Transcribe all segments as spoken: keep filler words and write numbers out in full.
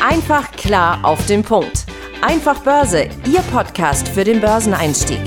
Einfach klar auf den Punkt. Einfach Börse, Ihr Podcast für den Börseneinstieg.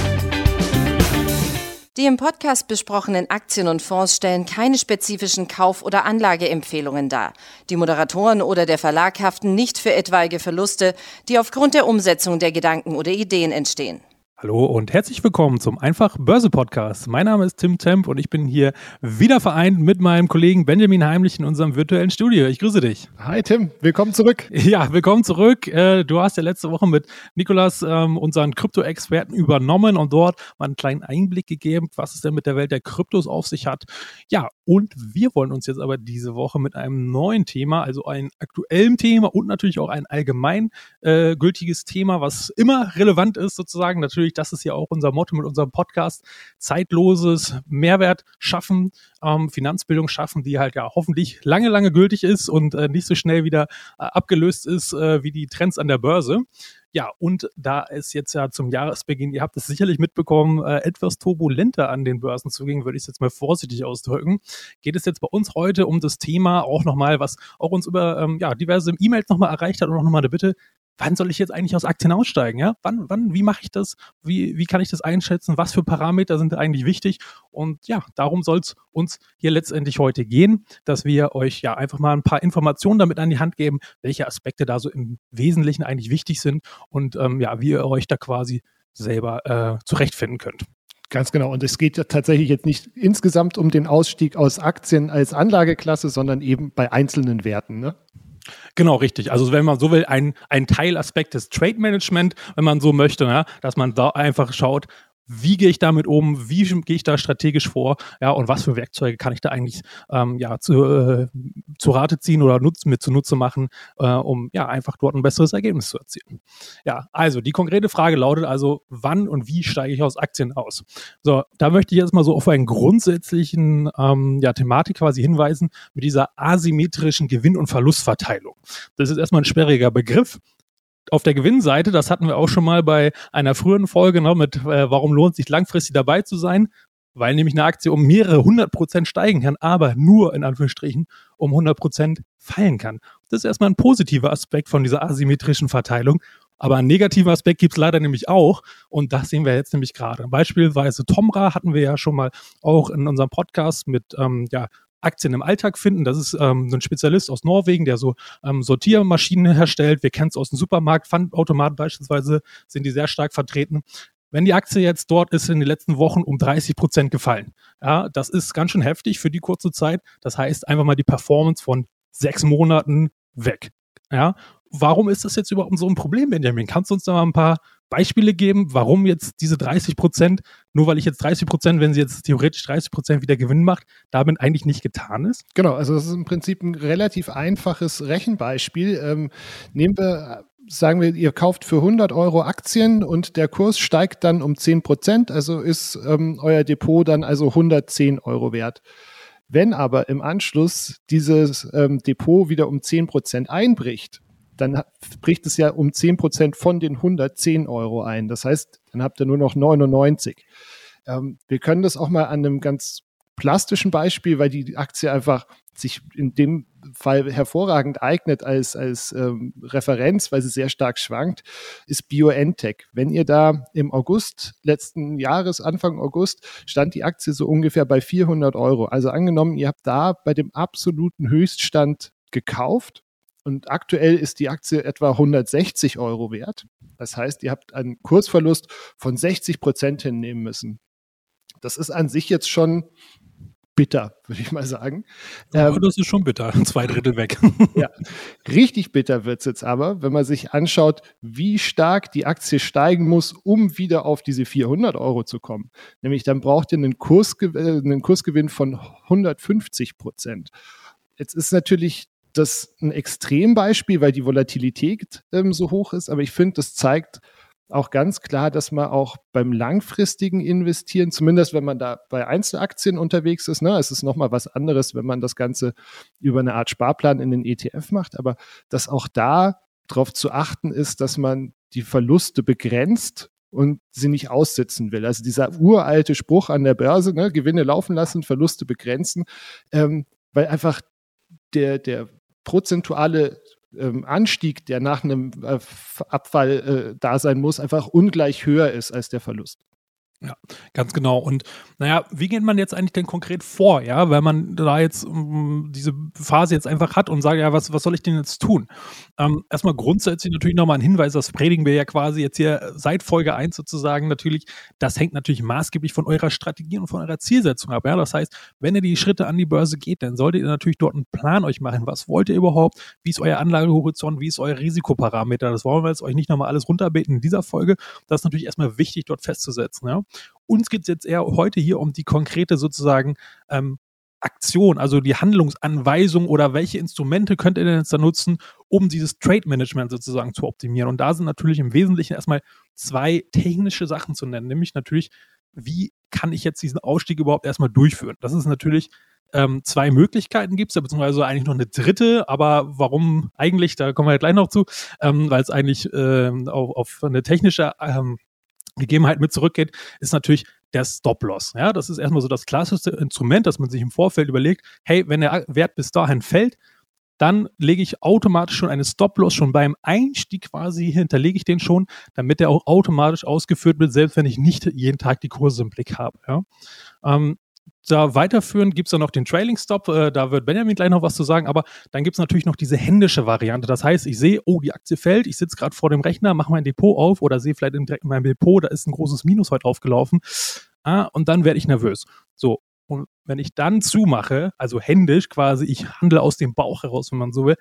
Die im Podcast besprochenen Aktien und Fonds stellen keine spezifischen Kauf- oder Anlageempfehlungen dar. Die Moderatoren oder der Verlag haften nicht für etwaige Verluste, die aufgrund der Umsetzung der Gedanken oder Ideen entstehen. Hallo und herzlich willkommen zum Einfach Börse Podcast. Mein Name ist Tim Temp und ich bin hier wieder vereint mit meinem Kollegen Benjamin Heimlich in unserem virtuellen Studio. Ich grüße dich. Hi Tim, willkommen zurück. Ja, willkommen zurück. Du hast ja letzte Woche mit Nikolas, unseren Krypto-Experten, übernommen und dort mal einen kleinen Einblick gegeben, was es denn mit der Welt der Kryptos auf sich hat. Ja, und wir wollen uns jetzt aber diese Woche mit einem neuen Thema, also einem aktuellen Thema und natürlich auch ein allgemein äh, gültiges Thema, was immer relevant ist sozusagen, natürlich. Das ist ja auch unser Motto mit unserem Podcast. Zeitloses Mehrwert schaffen, ähm, Finanzbildung schaffen, die halt ja hoffentlich lange, lange gültig ist und äh, nicht so schnell wieder äh, abgelöst ist äh, wie die Trends an der Börse. Ja, und da es jetzt ja zum Jahresbeginn, ihr habt es sicherlich mitbekommen, äh, etwas turbulenter an den Börsen zuging, würde ich es jetzt mal vorsichtig ausdrücken, geht es jetzt bei uns heute um das Thema auch nochmal, was auch uns über ähm, ja, diverse E-Mails nochmal erreicht hat und auch nochmal eine Bitte, wann soll ich jetzt eigentlich aus Aktien aussteigen? Ja? Wann, wann, wie mache ich das? Wie, wie kann ich das einschätzen? Was für Parameter sind eigentlich wichtig? Und ja, darum soll es uns hier letztendlich heute gehen, dass wir euch ja einfach mal ein paar Informationen damit an die Hand geben, welche Aspekte da so im Wesentlichen eigentlich wichtig sind und ähm, ja, wie ihr euch da quasi selber äh, zurechtfinden könnt. Ganz genau. Und es geht ja tatsächlich jetzt nicht insgesamt um den Ausstieg aus Aktien als Anlageklasse, sondern eben bei einzelnen Werten, ne? Genau, richtig. Also wenn man so will, ein, ein Teilaspekt des Trade Management, wenn man so möchte, ja, dass man da einfach schaut, wie gehe ich damit um, wie gehe ich da strategisch vor, ja, und was für Werkzeuge kann ich da eigentlich ähm, ja, zu, äh, zu Rate ziehen oder nutz, mit zunutze machen, äh, um ja einfach dort ein besseres Ergebnis zu erzielen. Ja, also die konkrete Frage lautet also, wann und wie steige ich aus Aktien aus? So, da möchte ich jetzt mal so auf einen grundsätzlichen ähm, ja, Thematik quasi hinweisen mit dieser asymmetrischen Gewinn- und Verlustverteilung. Das ist erstmal ein sperriger Begriff. Auf der Gewinnseite, das hatten wir auch schon mal bei einer früheren Folge, ne, mit äh, warum lohnt es sich langfristig dabei zu sein, weil nämlich eine Aktie um mehrere hundert Prozent steigen kann, aber nur in Anführungsstrichen um hundert Prozent fallen kann. Das ist erstmal ein positiver Aspekt von dieser asymmetrischen Verteilung, aber einen negativen Aspekt gibt es leider nämlich auch und das sehen wir jetzt nämlich gerade. Beispielsweise Tomra hatten wir ja schon mal auch in unserem Podcast mit ähm, ja, Aktien im Alltag finden. Das ist ähm, ein Spezialist aus Norwegen, der so ähm, Sortiermaschinen herstellt. Wir kennen es aus dem Supermarkt, Pfandautomaten beispielsweise sind die sehr stark vertreten. Wenn die Aktie jetzt dort ist in den letzten Wochen um dreißig Prozent gefallen, ja, das ist ganz schön heftig für die kurze Zeit. Das heißt einfach mal die Performance von sechs Monaten weg. Ja, warum ist das jetzt überhaupt so ein Problem, Benjamin? Kannst du uns da mal ein paar Beispiele geben, warum jetzt diese dreißig Prozent, nur weil ich jetzt dreißig Prozent, wenn sie jetzt theoretisch dreißig Prozent wieder Gewinn macht, damit eigentlich nicht getan ist? Genau, also das ist im Prinzip ein relativ einfaches Rechenbeispiel. Ähm, nehmen wir, sagen wir, ihr kauft für hundert Euro Aktien und der Kurs steigt dann um zehn Prozent, also ist ähm, euer Depot dann also hundertzehn Euro wert. Wenn aber im Anschluss dieses ähm, Depot wieder um zehn Prozent einbricht, dann bricht es ja um zehn Prozent von den hundertzehn Euro ein. Das heißt, dann habt ihr nur noch neunundneunzig. Ähm, wir können das auch mal an einem ganz plastischen Beispiel, weil die Aktie einfach sich in dem Fall hervorragend eignet als, als ähm, Referenz, weil sie sehr stark schwankt, ist BioNTech. Wenn ihr da im August letzten Jahres, Anfang August, stand die Aktie so ungefähr bei vierhundert Euro. Also angenommen, ihr habt da bei dem absoluten Höchststand gekauft, und aktuell ist die Aktie etwa hundertsechzig Euro wert. Das heißt, ihr habt einen Kursverlust von sechzig Prozent hinnehmen müssen. Das ist an sich jetzt schon bitter, würde ich mal sagen. Ja, ähm, das ist schon bitter, zwei Drittel weg. Ja, richtig bitter wird es jetzt aber, wenn man sich anschaut, wie stark die Aktie steigen muss, um wieder auf diese vierhundert Euro zu kommen. Nämlich dann braucht ihr einen, Kursge- äh, einen Kursgewinn von hundertfünfzig Prozent. Jetzt ist natürlich das ist ein Extrembeispiel, weil die Volatilität ähm, so hoch ist, aber ich finde, das zeigt auch ganz klar, dass man auch beim langfristigen Investieren, zumindest wenn man da bei Einzelaktien unterwegs ist, ne, es ist nochmal was anderes, wenn man das Ganze über eine Art Sparplan in den E T F macht, aber dass auch da darauf zu achten ist, dass man die Verluste begrenzt und sie nicht aussitzen will. Also dieser uralte Spruch an der Börse, ne, Gewinne laufen lassen, Verluste begrenzen, ähm, weil einfach der, der prozentuale ähm, Anstieg, der nach einem äh, Abfall äh, da sein muss, einfach ungleich höher ist als der Verlust. Ja, ganz genau. Und naja, wie geht man jetzt eigentlich denn konkret vor, ja, weil man da jetzt um, diese Phase jetzt einfach hat und sagt, ja, was, was soll ich denn jetzt tun? Ähm, erstmal grundsätzlich natürlich nochmal ein Hinweis, das predigen wir ja quasi jetzt hier seit Folge eins sozusagen natürlich, das hängt natürlich maßgeblich von eurer Strategie und von eurer Zielsetzung ab, ja, das heißt, wenn ihr die Schritte an die Börse geht, dann solltet ihr natürlich dort einen Plan euch machen, was wollt ihr überhaupt, wie ist euer Anlagehorizont, wie ist euer Risikoparameter, das wollen wir jetzt euch nicht nochmal alles runterbeten in dieser Folge, das ist natürlich erstmal wichtig, dort festzusetzen, ja. Uns geht es jetzt eher heute hier um die konkrete sozusagen ähm, Aktion, also die Handlungsanweisung oder welche Instrumente könnt ihr denn jetzt da nutzen, um dieses Trade-Management sozusagen zu optimieren. Und da sind natürlich im Wesentlichen erstmal zwei technische Sachen zu nennen, nämlich natürlich, wie kann ich jetzt diesen Ausstieg überhaupt erstmal durchführen? Das ist natürlich ähm, zwei Möglichkeiten gibt es, beziehungsweise eigentlich noch eine dritte, aber warum eigentlich, da kommen wir ja gleich noch zu, ähm, weil es eigentlich ähm, auf, auf eine technische ähm, Gegebenheit mit zurückgeht, ist natürlich der Stop-Loss. Ja, das ist erstmal so das klassischste Instrument, dass man sich im Vorfeld überlegt, hey, wenn der Wert bis dahin fällt, dann lege ich automatisch schon eine Stop-Loss, schon beim Einstieg quasi hinterlege ich den schon, damit der auch automatisch ausgeführt wird, selbst wenn ich nicht jeden Tag die Kurse im Blick habe. Ja. Ähm, Da weiterführend gibt es dann noch den Trailing Stop, äh, da wird Benjamin gleich noch was zu sagen, aber dann gibt es natürlich noch diese händische Variante. Das heißt, ich sehe, oh, die Aktie fällt, ich sitze gerade vor dem Rechner, mache mein Depot auf oder sehe vielleicht direkt in meinem Depot, da ist ein großes Minus heute aufgelaufen ah, und dann werde ich nervös. So, und wenn ich dann zumache, also händisch quasi, ich handle aus dem Bauch heraus, wenn man so will,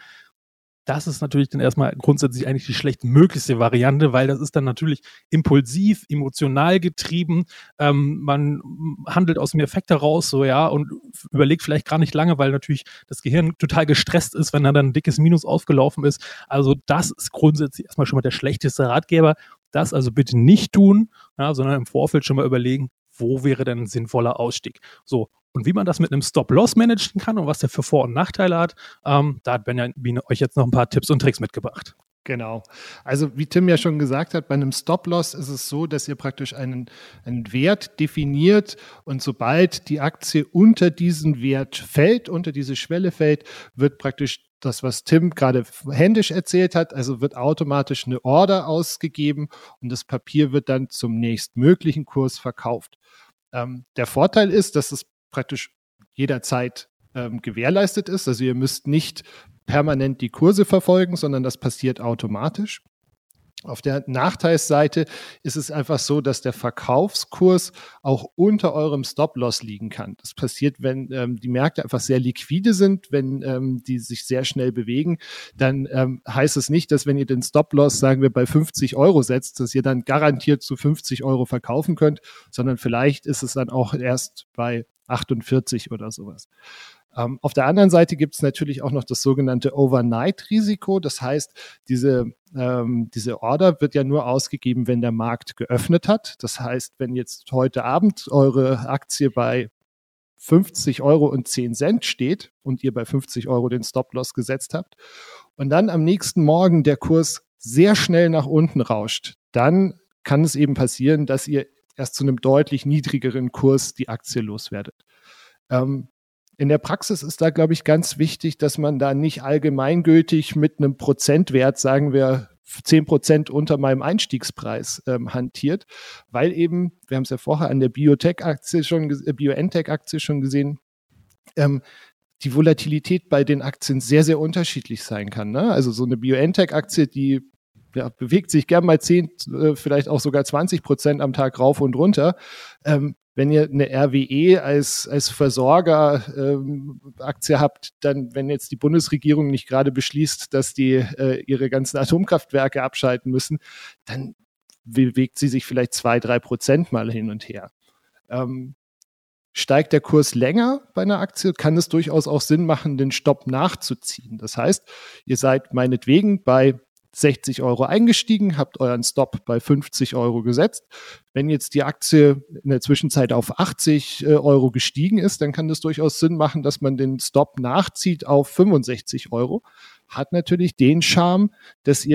das ist natürlich dann erstmal grundsätzlich eigentlich die schlechtmöglichste Variante, weil das ist dann natürlich impulsiv, emotional getrieben. Ähm, man handelt aus dem Effekt heraus, so ja, und überlegt vielleicht gar nicht lange, weil natürlich das Gehirn total gestresst ist, wenn dann ein dickes Minus aufgelaufen ist. Also das ist grundsätzlich erstmal schon mal der schlechteste Ratgeber. Das also bitte nicht tun, ja, sondern im Vorfeld schon mal überlegen, wo wäre denn ein sinnvoller Ausstieg? So. Und wie man das mit einem Stop-Loss managen kann und was der für Vor- und Nachteile hat, ähm, da hat Benjamin euch jetzt noch ein paar Tipps und Tricks mitgebracht. Genau. Also wie Tim ja schon gesagt hat, bei einem Stop-Loss ist es so, dass ihr praktisch einen, einen Wert definiert und sobald die Aktie unter diesen Wert fällt, unter diese Schwelle fällt, wird praktisch das, was Tim gerade händisch erzählt hat, also wird automatisch eine Order ausgegeben und das Papier wird dann zum nächstmöglichen Kurs verkauft. Ähm, der Vorteil ist, dass es praktisch jederzeit ähm, gewährleistet ist. Also ihr müsst nicht permanent die Kurse verfolgen, sondern das passiert automatisch. Auf der Nachteilsseite ist es einfach so, dass der Verkaufskurs auch unter eurem Stop-Loss liegen kann. Das passiert, wenn ähm, die Märkte einfach sehr liquide sind, wenn ähm, die sich sehr schnell bewegen, dann ähm, heißt es nicht, dass wenn ihr den Stop-Loss, sagen wir, bei fünfzig Euro setzt, dass ihr dann garantiert zu fünfzig Euro verkaufen könnt, sondern vielleicht ist es dann auch erst bei achtundvierzig oder sowas. Ähm, auf der anderen Seite gibt es natürlich auch noch das sogenannte Overnight-Risiko. Das heißt, diese, ähm, diese Order wird ja nur ausgegeben, wenn der Markt geöffnet hat. Das heißt, wenn jetzt heute Abend eure Aktie bei fünfzig Euro und zehn Cent steht und ihr bei fünfzig Euro den Stop-Loss gesetzt habt und dann am nächsten Morgen der Kurs sehr schnell nach unten rauscht, dann kann es eben passieren, dass ihr erst zu einem deutlich niedrigeren Kurs die Aktie loswerdet. Ähm, In der Praxis ist da, glaube ich, ganz wichtig, dass man da nicht allgemeingültig mit einem Prozentwert, sagen wir zehn Prozent unter meinem Einstiegspreis ähm, hantiert, weil eben, wir haben es ja vorher an der Biotech-Aktie schon, äh, BioNTech-Aktie schon gesehen, ähm, die Volatilität bei den Aktien sehr, sehr unterschiedlich sein kann. Ne? Also so eine BioNTech-Aktie, die ja, bewegt sich gern mal zehn, äh, vielleicht auch sogar zwanzig Prozent am Tag rauf und runter. Ähm, Wenn ihr eine R W E als, als Versorger ähm, Aktie habt, dann, wenn jetzt die Bundesregierung nicht gerade beschließt, dass die äh, ihre ganzen Atomkraftwerke abschalten müssen, dann bewegt sie sich vielleicht zwei, drei Prozent mal hin und her. Ähm, steigt der Kurs länger bei einer Aktie, kann es durchaus auch Sinn machen, den Stopp nachzuziehen. Das heißt, ihr seid meinetwegen bei sechzig Euro eingestiegen, habt euren Stop bei fünfzig Euro gesetzt. Wenn jetzt die Aktie in der Zwischenzeit auf achtzig Euro gestiegen ist, dann kann das durchaus Sinn machen, dass man den Stop nachzieht auf fünfundsechzig Euro. Hat natürlich den Charme, dass ihr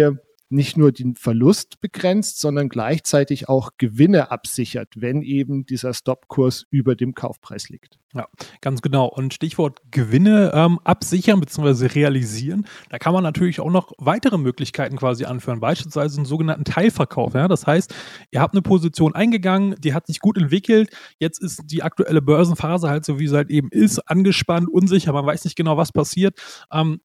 nicht nur den Verlust begrenzt, sondern gleichzeitig auch Gewinne absichert, wenn eben dieser Stop-Kurs über dem Kaufpreis liegt. Ja, ganz genau. Und Stichwort Gewinne ähm, absichern bzw. realisieren, da kann man natürlich auch noch weitere Möglichkeiten quasi anführen, beispielsweise einen sogenannten Teilverkauf. Ja? Das heißt, ihr habt eine Position eingegangen, die hat sich gut entwickelt, jetzt ist die aktuelle Börsenphase halt so, wie sie halt eben ist, angespannt, unsicher, man weiß nicht genau, was passiert. Ähm,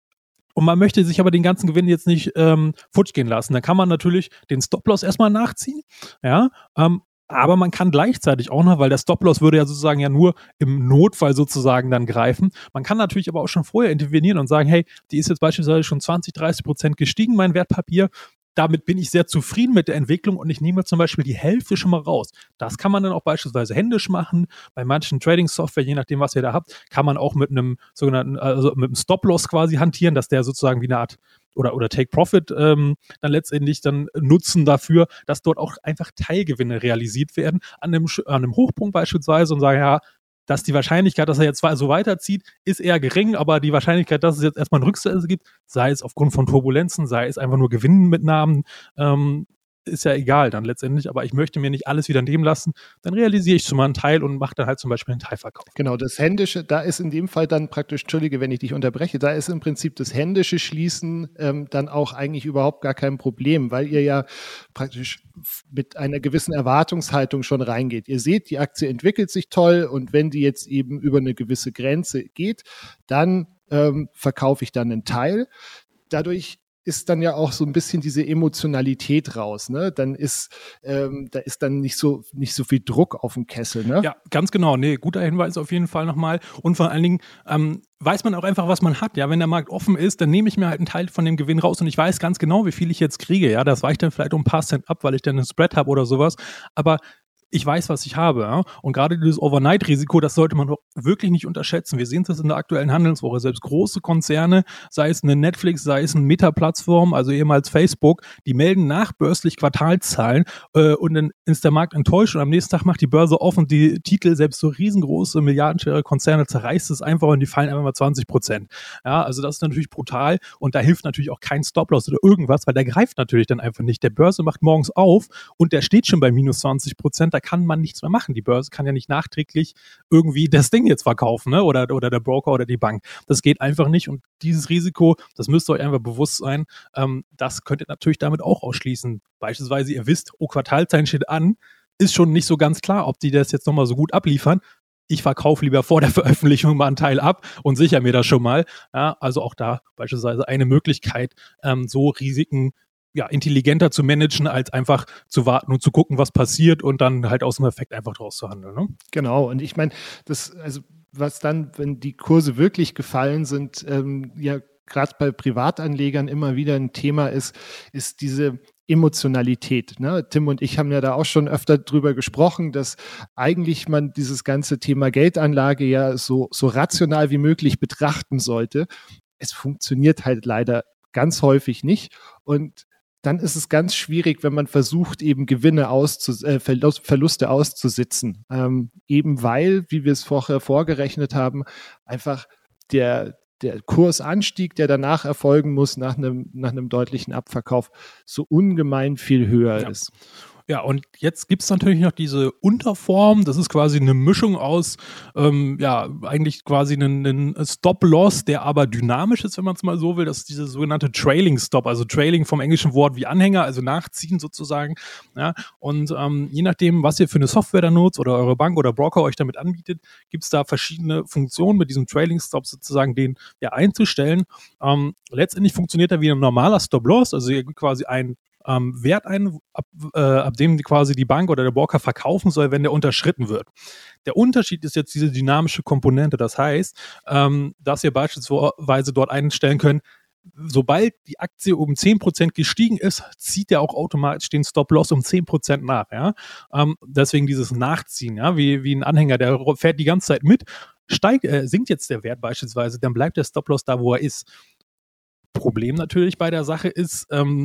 Und man möchte sich aber den ganzen Gewinn jetzt nicht ähm, futsch gehen lassen. Dann kann man natürlich den Stop-Loss erstmal nachziehen, ja, ähm, aber man kann gleichzeitig auch noch, weil der Stop-Loss würde ja sozusagen ja nur im Notfall sozusagen dann greifen. Man kann natürlich aber auch schon vorher intervenieren und sagen, hey, die ist jetzt beispielsweise schon zwanzig, dreißig Prozent gestiegen, mein Wertpapier. Damit bin ich sehr zufrieden mit der Entwicklung und ich nehme zum Beispiel die Hälfte schon mal raus. Das kann man dann auch beispielsweise händisch machen. Bei manchen Trading-Software, je nachdem, was ihr da habt, kann man auch mit einem sogenannten, also mit einem Stop-Loss quasi hantieren, dass der sozusagen wie eine Art oder, oder Take-Profit ähm, dann letztendlich dann nutzen dafür, dass dort auch einfach Teilgewinne realisiert werden an einem, an einem Hochpunkt beispielsweise und sagen, ja, dass die Wahrscheinlichkeit, dass er jetzt so weiterzieht, ist eher gering, aber die Wahrscheinlichkeit, dass es jetzt erstmal einen Rücksetzer gibt, sei es aufgrund von Turbulenzen, sei es einfach nur Gewinnmitnahmen, ähm, ist ja egal dann letztendlich, aber ich möchte mir nicht alles wieder nehmen lassen, dann realisiere ich schon mal einen Teil und mache dann halt zum Beispiel einen Teilverkauf. Genau, das händische, da ist in dem Fall dann praktisch, entschuldige, wenn ich dich unterbreche, da ist im Prinzip das händische Schließen ähm, dann auch eigentlich überhaupt gar kein Problem, weil ihr ja praktisch mit einer gewissen Erwartungshaltung schon reingeht. Ihr seht, die Aktie entwickelt sich toll und wenn die jetzt eben über eine gewisse Grenze geht, dann ähm, verkaufe ich dann einen Teil. Dadurch ist dann ja auch so ein bisschen diese Emotionalität raus, ne? Dann ist, ähm, da ist dann nicht so, nicht so viel Druck auf dem Kessel, ne? Ja, ganz genau. Nee, guter Hinweis auf jeden Fall nochmal. Und vor allen Dingen ähm, weiß man auch einfach, was man hat. Ja, wenn der Markt offen ist, dann nehme ich mir halt einen Teil von dem Gewinn raus und ich weiß ganz genau, wie viel ich jetzt kriege. Ja, das weicht dann vielleicht um ein paar Cent ab, weil ich dann einen Spread habe oder sowas. Aber ich weiß, was ich habe. Ja? Und gerade dieses Overnight-Risiko, das sollte man doch wirklich nicht unterschätzen. Wir sehen das in der aktuellen Handelswoche. Selbst große Konzerne, sei es eine Netflix, sei es eine Meta-Plattform, also ehemals Facebook, die melden nachbörslich Quartalszahlen äh, und dann ist der Markt enttäuscht und am nächsten Tag macht die Börse auf und die Titel, selbst so riesengroße, milliardenschwere Konzerne, zerreißt es einfach und die fallen einfach mal zwanzig Prozent. Ja, also das ist natürlich brutal und da hilft natürlich auch kein Stop-Loss oder irgendwas, weil der greift natürlich dann einfach nicht. Der Börse macht morgens auf und der steht schon bei minus zwanzig Prozent. Da kann man nichts mehr machen. Die Börse kann ja nicht nachträglich irgendwie das Ding jetzt verkaufen, ne? oder, oder der Broker oder die Bank. Das geht einfach nicht und dieses Risiko, das müsst ihr euch einfach bewusst sein, ähm, das könnt ihr natürlich damit auch ausschließen. Beispielsweise, ihr wisst, oh, Quartalszahlen steht an, ist schon nicht so ganz klar, ob die das jetzt nochmal so gut abliefern. Ich verkaufe lieber vor der Veröffentlichung mal einen Teil ab und sichere mir das schon mal. Ja, also auch da beispielsweise eine Möglichkeit, ähm, so Risiken ja, intelligenter zu managen, als einfach zu warten und zu gucken, was passiert und dann halt aus dem Effekt einfach draus zu handeln. Ne? Genau, und ich meine, das, also was dann, wenn die Kurse wirklich gefallen sind, ähm, ja, gerade bei Privatanlegern immer wieder ein Thema ist, ist diese Emotionalität. Ne? Tim und ich haben ja da auch schon öfter drüber gesprochen, dass eigentlich man dieses ganze Thema Geldanlage ja so, so rational wie möglich betrachten sollte. Es funktioniert halt leider ganz häufig nicht und dann ist es ganz schwierig, wenn man versucht, eben Gewinne auszu- äh, Verluste auszusitzen. Ähm, eben weil, wie wir es vorher vorgerechnet haben, einfach der, der Kursanstieg, der danach erfolgen muss, nach einem, nach einem deutlichen Abverkauf, so ungemein viel höher ja. ist. Ja, und jetzt gibt es natürlich noch diese Unterform, das ist quasi eine Mischung aus, ähm, ja, eigentlich quasi einen Stop-Loss, der aber dynamisch ist, wenn man es mal so will, das ist diese sogenannte Trailing-Stop, also Trailing vom englischen Wort wie Anhänger, also nachziehen sozusagen, ja, und ähm, je nachdem, was ihr für eine Software da nutzt oder eure Bank oder Broker euch damit anbietet, gibt es da verschiedene Funktionen mit diesem Trailing-Stop sozusagen, den ja einzustellen. Ähm, letztendlich funktioniert er wie ein normaler Stop-Loss, also ihr gebt quasi ein Ähm, Wert ein, ab, äh, ab dem quasi die Bank oder der Broker verkaufen soll, wenn der unterschritten wird. Der Unterschied ist jetzt diese dynamische Komponente. Das heißt, ähm, dass ihr beispielsweise dort einstellen könnt, sobald die Aktie um zehn Prozent gestiegen ist, zieht der auch automatisch den Stop-Loss um zehn Prozent nach. Ja? Ähm, deswegen dieses Nachziehen, ja? wie, wie ein Anhänger, der fährt die ganze Zeit mit, steigt, äh, sinkt jetzt der Wert beispielsweise, dann bleibt der Stop-Loss da, wo er ist. Problem natürlich bei der Sache ist, ähm,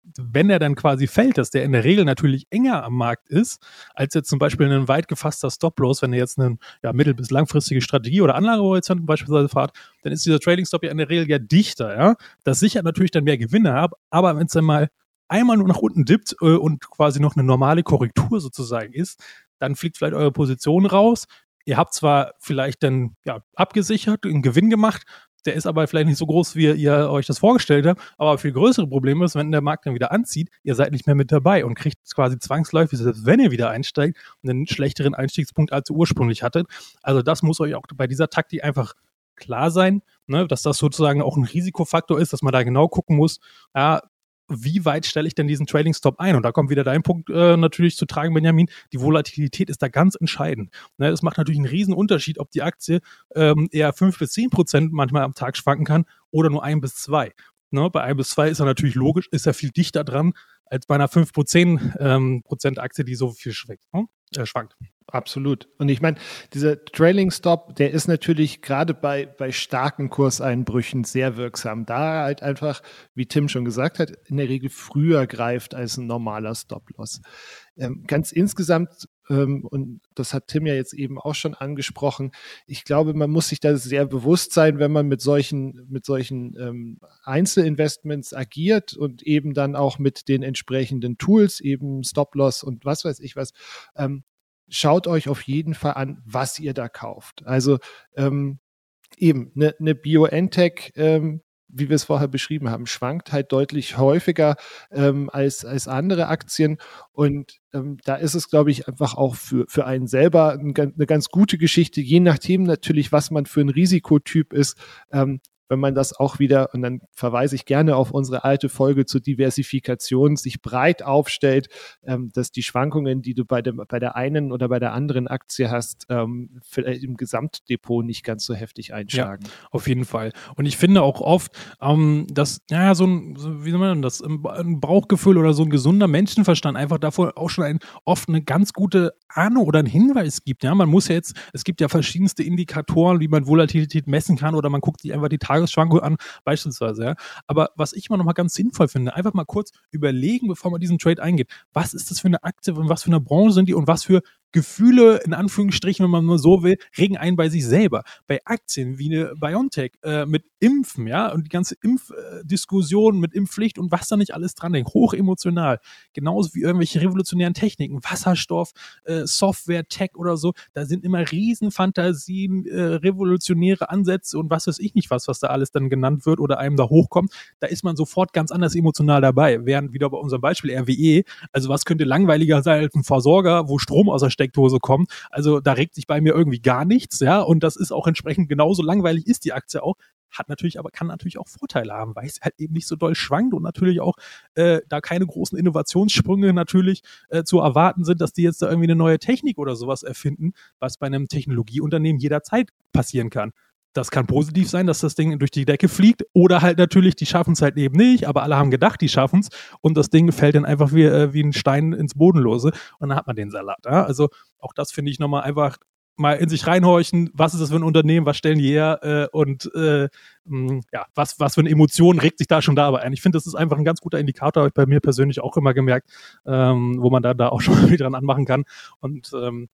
wenn er dann quasi fällt, dass der in der Regel natürlich enger am Markt ist, als jetzt zum Beispiel ein weit gefasster Stop-Loss, wenn ihr jetzt eine ja, mittel- bis langfristige Strategie oder Anlagehorizont beispielsweise fahrt, dann ist dieser Trading-Stop ja in der Regel ja dichter, ja. Das sichert natürlich dann mehr Gewinne ab, aber wenn es dann mal einmal nur nach unten dippt äh, und quasi noch eine normale Korrektur sozusagen ist, dann fliegt vielleicht eure Position raus. Ihr habt zwar vielleicht dann ja, abgesichert, einen Gewinn gemacht, der ist aber vielleicht nicht so groß, wie ihr euch das vorgestellt habt, aber viel größere Problem ist, wenn der Markt dann wieder anzieht, ihr seid nicht mehr mit dabei und kriegt quasi zwangsläufig, selbst wenn ihr wieder einsteigt, einen schlechteren Einstiegspunkt, als ihr ursprünglich hattet. Also das muss euch auch bei dieser Taktik einfach klar sein, ne, dass das sozusagen auch ein Risikofaktor ist, dass man da genau gucken muss, ja, wie weit stelle ich denn diesen Trading-Stop ein? Und da kommt wieder dein Punkt äh, natürlich zu tragen, Benjamin. Die Volatilität ist da ganz entscheidend. Ne, es macht natürlich einen riesen Unterschied, ob die Aktie ähm, eher fünf bis zehn Prozent manchmal am Tag schwanken kann oder nur ein bis zwei. Ne, bei ein bis zwei ist er natürlich logisch, ist er viel dichter dran als bei einer fünf bis zehn ähm, Prozent Aktie, die so viel schwankt. Ne? Äh, schwankt. Absolut. Und ich meine, dieser Trailing Stop, der ist natürlich gerade bei, bei starken Kurseinbrüchen sehr wirksam. Da halt einfach, wie Tim schon gesagt hat, in der Regel früher greift als ein normaler Stop-Loss. Ähm, ganz insgesamt, ähm, und das hat Tim ja jetzt eben auch schon angesprochen, ich glaube, man muss sich da sehr bewusst sein, wenn man mit solchen, mit solchen ähm, Einzelinvestments agiert und eben dann auch mit den entsprechenden Tools, eben Stop-Loss und was weiß ich was, ähm, schaut euch auf jeden Fall an, was ihr da kauft. Also ähm, eben eine ne BioNTech, ähm, wie wir es vorher beschrieben haben, schwankt halt deutlich häufiger ähm, als, als andere Aktien. Und ähm, da ist es, glaube ich, einfach auch für, für einen selber ein, eine ganz gute Geschichte, je nachdem natürlich, was man für ein Risikotyp ist, ähm, wenn man das auch wieder, und dann verweise ich gerne auf unsere alte Folge zur Diversifikation, sich breit aufstellt, ähm, dass die Schwankungen, die du bei, dem, bei der einen oder bei der anderen Aktie hast, ähm, vielleicht im Gesamtdepot nicht ganz so heftig einschlagen. Ja, auf jeden Fall. Und ich finde auch oft, ähm, dass, ja, so ein, so, wie soll man das, ein Bauchgefühl oder so ein gesunder Menschenverstand einfach davor auch schon ein, oft eine ganz gute Ahnung oder einen Hinweis gibt. Ja, man muss ja jetzt, es gibt ja verschiedenste Indikatoren, wie man Volatilität messen kann, oder man guckt sich einfach die Tagesschwankung an, beispielsweise. Ja. Aber was ich immer noch mal ganz sinnvoll finde, einfach mal kurz überlegen, bevor man diesen Trade eingeht, was ist das für eine Aktie und was für eine Branche sind die und was für Gefühle, in Anführungsstrichen, wenn man nur so will, regen einen bei sich selber. Bei Aktien wie eine BioNTech äh, mit Impfen, ja, und die ganze Impfdiskussion mit Impfpflicht und was da nicht alles dran hängt, hochemotional, genauso wie irgendwelche revolutionären Techniken, Wasserstoff, äh, Software, Tech oder so, da sind immer Riesenfantasien, äh, revolutionäre Ansätze und was weiß ich nicht was, was da alles dann genannt wird oder einem da hochkommt, da ist man sofort ganz anders emotional dabei, während wieder bei unserem Beispiel R W E, also was könnte langweiliger sein als ein Versorger, wo Strom aus der Steckdose kommt, also da regt sich bei mir irgendwie gar nichts, ja, und das ist auch entsprechend genauso langweilig ist die Aktie auch, hat natürlich, aber kann natürlich auch Vorteile haben, weil es halt eben nicht so doll schwankt und natürlich auch äh, da keine großen Innovationssprünge natürlich äh, zu erwarten sind, dass die jetzt da irgendwie eine neue Technik oder sowas erfinden, was bei einem Technologieunternehmen jederzeit passieren kann. Das kann positiv sein, dass das Ding durch die Decke fliegt, oder halt natürlich, die schaffen es halt eben nicht, aber alle haben gedacht, die schaffen es und das Ding fällt dann einfach wie, äh, wie ein Stein ins Bodenlose und dann hat man den Salat. Ja? Also auch das finde ich nochmal einfach mal in sich reinhorchen, was ist das für ein Unternehmen, was stellen die her äh, und äh, mh, ja, was, was für eine Emotion regt sich da schon dabei ein. Ich finde, das ist einfach ein ganz guter Indikator, habe ich bei mir persönlich auch immer gemerkt, ähm, wo man da, da auch schon mal wieder dran anmachen kann und ähm,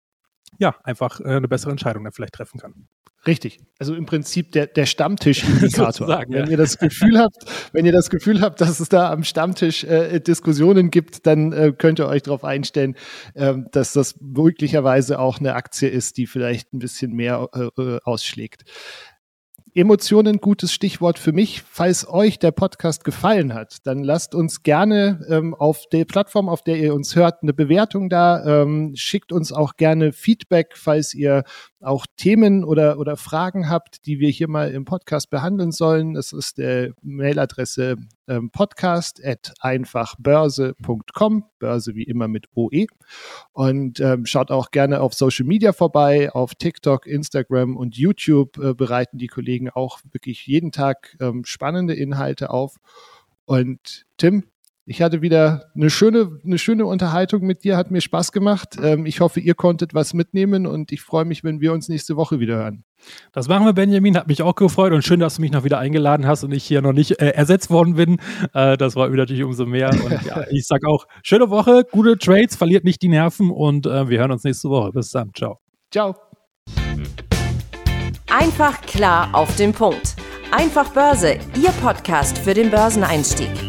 ja, einfach äh, eine bessere Entscheidung dann vielleicht treffen kann. Richtig. Also im Prinzip der, der Stammtisch-Indikator. Wenn ja. ihr das Gefühl habt, wenn ihr das Gefühl habt, dass es da am Stammtisch äh, Diskussionen gibt, dann äh, könnt ihr euch darauf einstellen, äh, dass das möglicherweise auch eine Aktie ist, die vielleicht ein bisschen mehr äh, ausschlägt. Emotionen, gutes Stichwort für mich. Falls euch der Podcast gefallen hat, dann lasst uns gerne ähm, auf der Plattform, auf der ihr uns hört, eine Bewertung da. Ähm, schickt uns auch gerne Feedback, falls ihr auch Themen oder, oder Fragen habt, die wir hier mal im Podcast behandeln sollen. Das ist der Mailadresse ähm, podcast at einfachbörse punkt com, Börse wie immer mit O E. Und ähm, schaut auch gerne auf Social Media vorbei, auf TikTok, Instagram und YouTube äh, bereiten die Kollegen auch wirklich jeden Tag ähm, spannende Inhalte auf. Und Tim, ich hatte wieder eine schöne, eine schöne Unterhaltung mit dir, hat mir Spaß gemacht. Ähm, ich hoffe, ihr konntet was mitnehmen und ich freue mich, wenn wir uns nächste Woche wieder hören. Das machen wir, Benjamin. Hat mich auch gefreut und schön, dass du mich noch wieder eingeladen hast und ich hier noch nicht äh, ersetzt worden bin. Äh, das freut mich natürlich umso mehr. Und ja, ich sag auch, schöne Woche, gute Trades, verliert nicht die Nerven und äh, wir hören uns nächste Woche. Bis dann. Ciao. Ciao. Einfach klar auf den Punkt. Einfach Börse, Ihr Podcast für den Börseneinstieg.